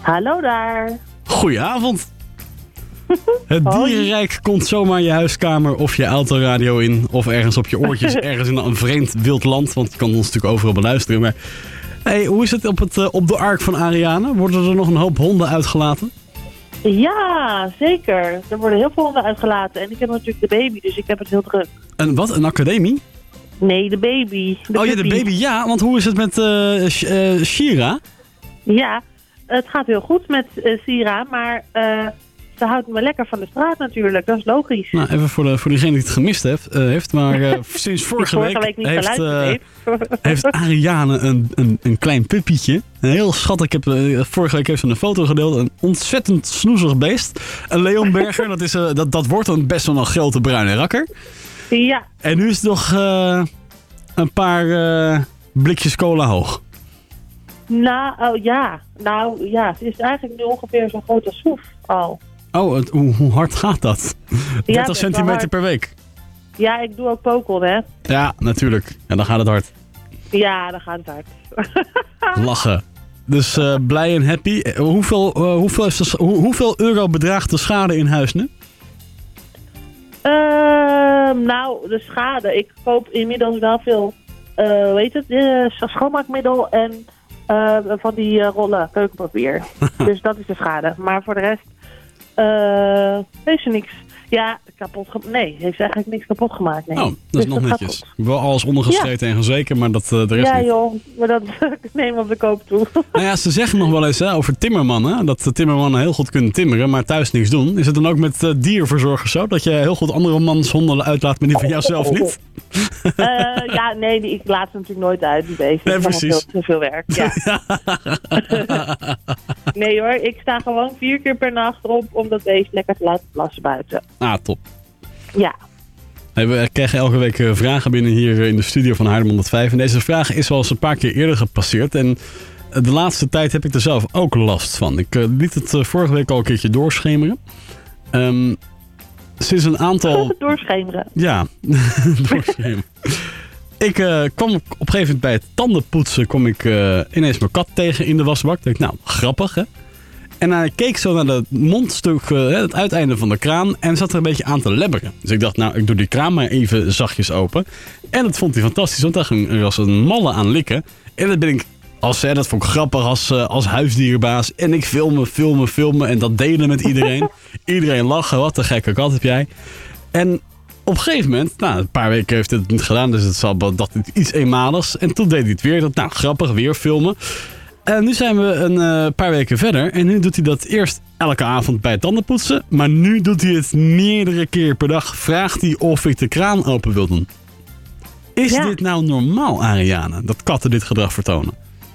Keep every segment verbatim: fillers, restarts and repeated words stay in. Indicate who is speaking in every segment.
Speaker 1: Hallo daar.
Speaker 2: Goedenavond. Het
Speaker 1: Hoi.
Speaker 2: dierenrijk komt zomaar je huiskamer of je autoradio in. Of ergens op je oortjes, ergens in een vreemd wild land. Want je kan ons natuurlijk overal beluisteren. Maar hey, hoe is het op, het, uh, op de Ark van Ariane? Worden er nog een hoop honden uitgelaten?
Speaker 1: Ja, zeker. Er worden heel veel honden uitgelaten. En ik heb natuurlijk de baby, dus ik heb het heel druk.
Speaker 2: Een wat? Een academie?
Speaker 1: Nee, de baby. De
Speaker 2: oh ja, de
Speaker 1: puppy.
Speaker 2: baby, ja. Want hoe is het met uh, Sh- uh, Shira?
Speaker 1: Ja, het gaat heel goed met uh, Sira, maar uh, ze houdt me lekker van de straat natuurlijk. Dat is logisch.
Speaker 2: Nou, even voor, de, voor diegene die het gemist heeft. Uh, heeft maar uh, sinds vorige,
Speaker 1: vorige
Speaker 2: week,
Speaker 1: week niet
Speaker 2: heeft,
Speaker 1: geluisterd
Speaker 2: uh,
Speaker 1: heeft.
Speaker 2: heeft Ariane een, een, een klein puppietje. Een heel schattig. Ik heb, uh, vorige week heeft ze een foto gedeeld. Een ontzettend snoezig beest. Een Leonberger. dat, is, uh, dat, dat wordt een best wel een grote bruine rakker.
Speaker 1: Ja.
Speaker 2: En nu is het nog uh, een paar uh, blikjes cola hoog.
Speaker 1: Nou, oh, ja. Nou, ja. Ze is eigenlijk nu ongeveer zo groot als Soef al.
Speaker 2: Oh, het, hoe, hoe hard gaat dat? dertig
Speaker 1: best
Speaker 2: centimeter
Speaker 1: wel hard.
Speaker 2: per week.
Speaker 1: Ja, ik doe ook pokon, hè.
Speaker 2: Ja, natuurlijk. Ja, dan gaat het hard.
Speaker 1: Ja, dan gaat het hard.
Speaker 2: Lachen. Dus uh, blij en happy. Uh, hoeveel, uh, hoeveel, is de, hoe, hoeveel euro bedraagt de schade in huis nu?
Speaker 1: Uh, nou, de schade. Ik koop inmiddels wel veel, uh, hoe heet het, uh, schoonmaakmiddel en uh, van die uh, rollen keukenpapier. Dus dat is de schade. Maar voor de rest uh, heeft ze niks. Ja, kapot ge- Nee, heeft ze eigenlijk niks kapot gemaakt. Nee.
Speaker 2: Oh, dat
Speaker 1: Dus
Speaker 2: is nog
Speaker 1: gaat
Speaker 2: netjes.
Speaker 1: goed.
Speaker 2: Ik heb wel alles ondergeschreven en gezeken, maar dat uh, de rest
Speaker 1: Ja
Speaker 2: niet.
Speaker 1: joh, maar dat neem op de koop toe.
Speaker 2: Nou ja, ze zeggen nog wel eens hè, over timmermannen, dat de timmermannen heel goed kunnen timmeren, maar thuis niks doen. Is het dan ook met uh, dierverzorgers zo, dat je heel goed andere mans honden uitlaat, maar die van jou zelf niet?
Speaker 1: Uh, ja, nee, die, ik laat ze natuurlijk nooit uit, die beesten.
Speaker 2: Nee,
Speaker 1: Dat is allemaal
Speaker 2: precies.
Speaker 1: veel te veel werk. Ja. Nee hoor, ik sta gewoon vier keer per nacht op om dat beest lekker te laten plassen buiten.
Speaker 2: Ah, top.
Speaker 1: Ja.
Speaker 2: Hey, we krijgen elke week uh, vragen binnen hier in de studio van Haarlem honderdvijf. En deze vraag is wel eens een paar keer eerder gepasseerd. En uh, de laatste tijd heb ik er zelf ook last van. Ik uh, liet het uh, vorige week al een keertje doorschemeren. Um, sinds een aantal...
Speaker 1: Doorschemeren.
Speaker 2: Ja, doorschemeren. Ik uh, kwam op een gegeven moment bij het tandenpoetsen, kom ik uh, ineens mijn kat tegen in de wasbak. Ik dacht, nou, grappig hè. En hij keek zo naar het mondstuk, uh, het uiteinde van de kraan en zat er een beetje aan te lebberen. Dus ik dacht, nou, ik doe die kraan maar even zachtjes open. En dat vond hij fantastisch, want daar ging er als een malle aan likken. En dat ben ik, als, hè, dat vond ik grappig als, uh, als huisdierenbaas. En ik filmen, filmen, filmen en dat delen met iedereen. Iedereen lachen, wat een gekke kat heb jij. En op een gegeven moment, nou, een paar weken heeft hij het niet gedaan, dus het zal dat iets eenmaligs. En toen deed hij het weer, dat, nou, grappig, weer filmen. En nu zijn we een uh, paar weken verder. En nu doet hij dat eerst elke avond bij het tandenpoetsen. Maar nu doet hij het meerdere keer per dag. Vraagt hij of ik de kraan open wil doen. Is
Speaker 1: Ja.
Speaker 2: dit nou normaal, Ariane? Dat katten dit gedrag vertonen?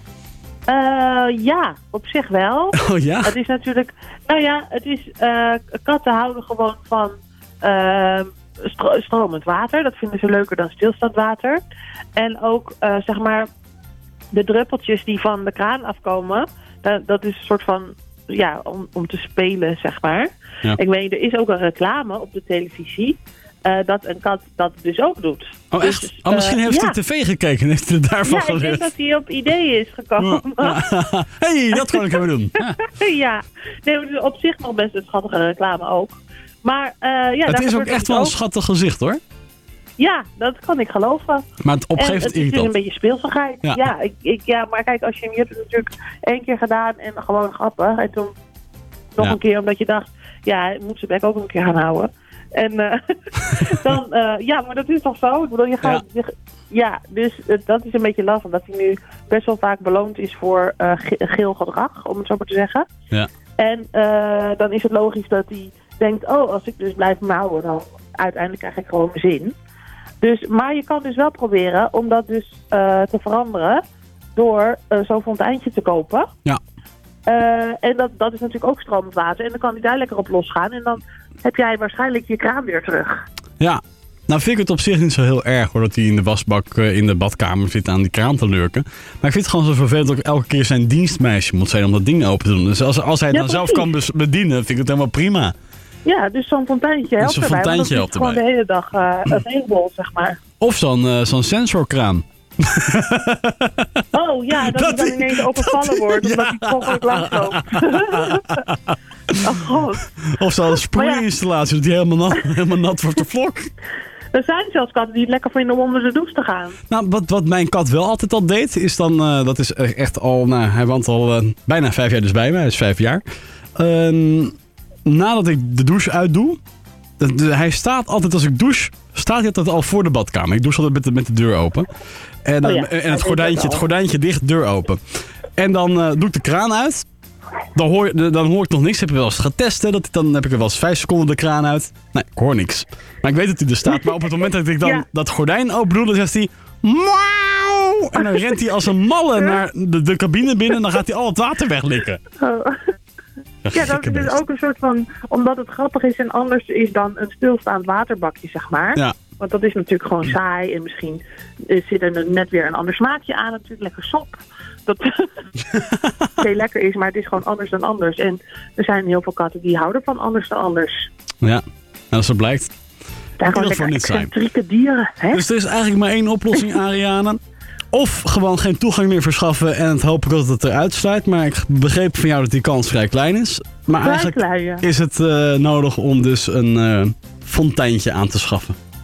Speaker 1: Uh, ja, op zich wel.
Speaker 2: Oh ja?
Speaker 1: Het is natuurlijk... Nou ja, het is... Uh, katten houden gewoon van uh, stro- stromend water. Dat vinden ze leuker dan stilstaand water. En ook, uh, zeg maar... De druppeltjes die van de kraan afkomen, dat, dat is een soort van, ja, om, om te spelen, zeg maar.
Speaker 2: Ja.
Speaker 1: Ik weet, er is ook een reclame op de televisie uh, dat een kat dat dus ook doet.
Speaker 2: Oh
Speaker 1: dus,
Speaker 2: echt? Oh, misschien
Speaker 1: uh,
Speaker 2: heeft hij
Speaker 1: ja.
Speaker 2: tv gekeken en heeft hij het daarvan
Speaker 1: Ja, ik denk
Speaker 2: geleerd.
Speaker 1: dat hij op idee is gekomen.
Speaker 2: Ja. Hey, dat kan ik even doen. Ja.
Speaker 1: Ja, nee, maar op zich nog best een schattige reclame ook. Maar uh, ja,
Speaker 2: Het
Speaker 1: daar
Speaker 2: is ook
Speaker 1: gebeurt
Speaker 2: echt
Speaker 1: dus
Speaker 2: wel een
Speaker 1: ook.
Speaker 2: schattig gezicht hoor.
Speaker 1: Ja, dat kan ik geloven.
Speaker 2: Maar het op een
Speaker 1: En
Speaker 2: gegeven
Speaker 1: het
Speaker 2: moment
Speaker 1: is dus
Speaker 2: irritant.
Speaker 1: een beetje speelsigheid.
Speaker 2: Ja.
Speaker 1: Ja, ik, ik, ja, maar kijk, als je, je hebt het natuurlijk één keer gedaan en gewoon grappig. En toen nog
Speaker 2: Ja.
Speaker 1: een keer omdat je dacht, ja, hij moet zijn bek ook een keer gaan houden. En uh, dan, uh, ja, maar dat is toch zo? Ik bedoel, je gaat... Ja, je, ja dus uh, dat is een beetje lastig. Dat hij nu best wel vaak beloond is voor uh, ge- geel gedrag, om het zo maar te zeggen.
Speaker 2: Ja.
Speaker 1: En uh, dan is het logisch dat hij denkt, oh, als ik dus blijf houden, dan uiteindelijk krijg ik gewoon mijn zin. Dus, maar je kan dus wel proberen om dat dus uh, te veranderen door uh, zo'n fonteintje te kopen.
Speaker 2: Ja.
Speaker 1: Uh, en dat, dat is natuurlijk ook stromend water. En dan kan hij daar lekker op losgaan. En dan heb jij waarschijnlijk je kraan weer terug.
Speaker 2: Ja. Nou vind ik het op zich niet zo heel erg hoor, dat hij in de wasbak uh, in de badkamer zit aan die kraan te lurken. Maar ik vind het gewoon zo vervelend dat ik elke keer zijn dienstmeisje moet zijn om dat ding open te doen. Dus als, als hij het
Speaker 1: Ja,
Speaker 2: dan zelf
Speaker 1: precies.
Speaker 2: kan bes- bedienen, vind ik het helemaal prima.
Speaker 1: Ja, dus zo'n fonteintje helpt
Speaker 2: zo'n
Speaker 1: erbij. Want
Speaker 2: fonteintje
Speaker 1: dat is
Speaker 2: helpt
Speaker 1: gewoon
Speaker 2: erbij.
Speaker 1: de hele dag uh, available, zeg maar.
Speaker 2: Of zo'n, uh, zo'n sensorkraan.
Speaker 1: Oh ja, dat,
Speaker 2: Dat
Speaker 1: hij dan
Speaker 2: die-
Speaker 1: ineens overvallen
Speaker 2: dat-
Speaker 1: wordt, omdat
Speaker 2: ja.
Speaker 1: hij toch ook langsloopt. Oh god.
Speaker 2: Of zo'n
Speaker 1: Maar
Speaker 2: sproeiinstallatie, dat die helemaal nat, helemaal nat wordt de vlok.
Speaker 1: Er zijn zelfs katten die het lekker vinden om onder de douche te gaan.
Speaker 2: Nou, wat, wat mijn kat wel altijd al deed, is dan, uh, dat is echt al, nou, hij woont al uh, bijna vijf jaar dus bij me, hij is vijf jaar. Uh, nadat ik de douche uitdoe, de, de, hij staat altijd als ik douche, staat hij altijd al voor de badkamer. Ik douche altijd met de, met de deur open. En, uh,
Speaker 1: Oh ja,
Speaker 2: en het,
Speaker 1: hij
Speaker 2: gordijntje,
Speaker 1: deed dat
Speaker 2: het
Speaker 1: al.
Speaker 2: gordijntje dicht, deur open. En dan uh, doe ik de kraan uit. Dan hoor, dan hoor ik nog niks. Heb je wel eens getest, hè? Dat, dan heb ik er wel eens vijf seconden de kraan uit. Nee, ik hoor niks. Maar ik weet dat hij er staat. Maar op het moment dat ik dan
Speaker 1: Ja.
Speaker 2: dat gordijn open doe, dan zegt hij... Miauw! En dan rent hij als een malle naar de, de cabine binnen. En dan gaat hij al het water weglikken.
Speaker 1: Oh. Ja, dat is dus ook een soort van... Omdat het grappig is en anders is dan een stilstaand waterbakje, zeg maar.
Speaker 2: Ja.
Speaker 1: Want dat is natuurlijk gewoon saai. En misschien eh, zit er net weer een ander smaakje aan. Natuurlijk lekker sop. Dat heel lekker is, maar het is gewoon anders dan anders. En er zijn heel veel katten die houden van anders dan anders.
Speaker 2: Ja, en als het blijkt.
Speaker 1: Het zijn gewoon
Speaker 2: geval
Speaker 1: lekker
Speaker 2: niet zijn.
Speaker 1: excentrieke dieren. Hè?
Speaker 2: Dus er is eigenlijk maar één oplossing, Ariane. Of gewoon geen toegang meer verschaffen en het hopen dat het eruit sluit. Maar ik begreep van jou dat die kans vrij klein is. Maar eigenlijk
Speaker 1: Vrij klein, ja.
Speaker 2: is het uh, nodig om dus een uh, fonteintje aan te schaffen.